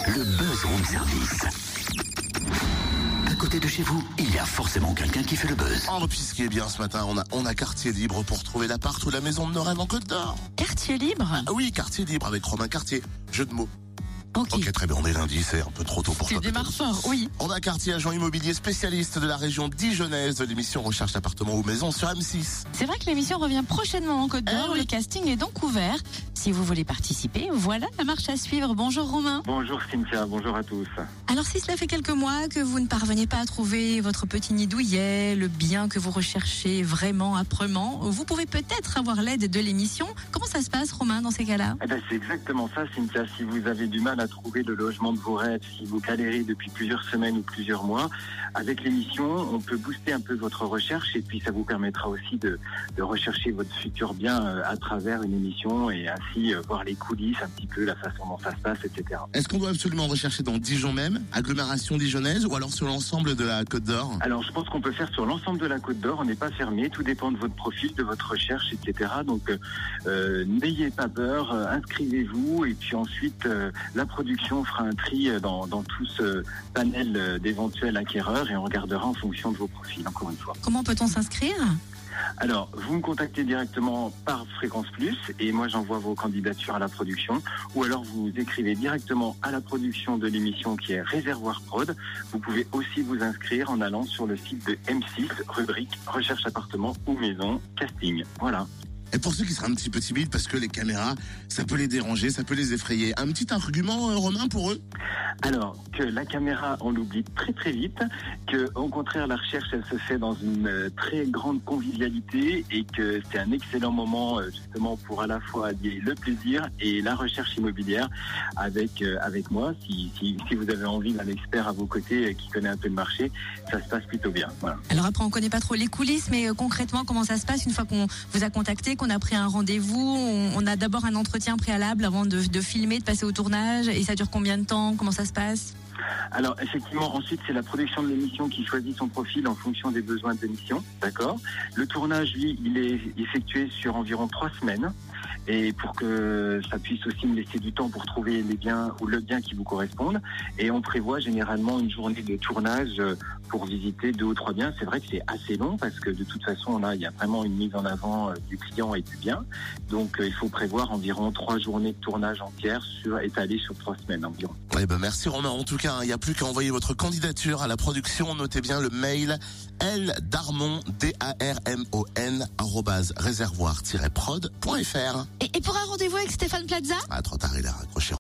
Le buzz room service. À côté de chez vous, il y a forcément quelqu'un qui fait le buzz. Oh, puis ce qui est bien ce matin, on a quartier libre pour trouver l'appart ou la maison de nos rêves en Côte d'Or. Quartier libre? Ah oui, quartier libre avec Romain Cartier. Jeu de mots. Ok, très bien, on est lundi, c'est un peu trop tôt pour tu toi. démarres fort, oui. Romain Cartier, agent immobilier spécialiste de la région dijonnaise de l'émission Recherche d'appartement ou maison sur M6. C'est vrai que l'émission revient prochainement en Côte d'Or. oui. Le casting est donc ouvert. Si vous voulez participer, voilà la marche à suivre. Bonjour Romain. Bonjour Cynthia, bonjour à tous. Alors si cela fait quelques mois que vous ne parvenez pas à trouver votre petit nid douillet, le bien que vous recherchez vraiment âprement, vous pouvez peut-être avoir l'aide de l'émission. Comment ça se passe Romain dans ces cas-là? Eh ben, c'est exactement ça Cynthia, si vous avez du mal à trouver le logement de vos rêves, si vous galérez depuis plusieurs semaines ou plusieurs mois, avec l'émission, on peut booster un peu votre recherche et puis ça vous permettra aussi de rechercher votre futur bien à travers une émission et ainsi voir les coulisses, un petit peu la façon dont ça se passe, etc. Est-ce qu'on doit absolument rechercher dans Dijon même, agglomération dijonnaise, ou alors sur l'ensemble de la Côte d'Or? Alors je pense qu'on peut faire sur l'ensemble de la Côte d'Or, on n'est pas fermé, tout dépend de votre profil, de votre recherche, etc. Donc n'ayez pas peur, inscrivez-vous et puis ensuite la production fera un tri dans tout ce panel d'éventuels acquéreurs et on regardera en fonction de vos profils, encore une fois. Comment peut-on s'inscrire? Alors, vous me contactez directement par Fréquence Plus et moi j'envoie vos candidatures à la production ou alors vous écrivez directement à la production de l'émission qui est Réservoir Prod. Vous pouvez aussi vous inscrire en allant sur le site de M6, rubrique Recherche appartement ou maison, casting. Voilà. Et pour ceux qui seraient un petit peu timides, parce que les caméras, ça peut les déranger, ça peut les effrayer, un petit argument, Romain, pour eux? Alors, que la caméra, on l'oublie très très vite, que au contraire, la recherche, elle se fait dans une très grande convivialité et que c'est un excellent moment justement pour à la fois allier le plaisir et la recherche immobilière avec moi. Si vous avez envie d'un expert à vos côtés qui connaît un peu le marché, ça se passe plutôt bien. Voilà. Alors après, on connaît pas trop les coulisses, mais concrètement, comment ça se passe une fois qu'on vous a contacté, qu'on a pris un rendez-vous? On a d'abord un entretien préalable avant de filmer, de passer au tournage, et ça dure combien de temps? Comment ça se passe? Alors effectivement, ensuite c'est la production de l'émission qui choisit son profil en fonction des besoins de l'émission, d'accord. Le tournage, lui, il est effectué sur environ 3 semaines. Et pour que ça puisse aussi me laisser du temps pour trouver les biens ou le bien qui vous correspondent. Et on prévoit généralement une journée de tournage pour visiter 2 ou 3 biens. C'est vrai que c'est assez long parce que de toute façon, là, il y a vraiment une mise en avant du client et du bien. Donc, il faut prévoir environ 3 journées de tournage entières étalées sur 3 semaines environ. Eh ben, merci Romain. En tout cas, il n'y a plus qu'à envoyer votre candidature à la production. Notez bien le mail ldarmon, DARMON, @réservoir-prod.fr. Et pour un rendez-vous avec Stéphane Plaza? Ah, trop tard, il a raccroché.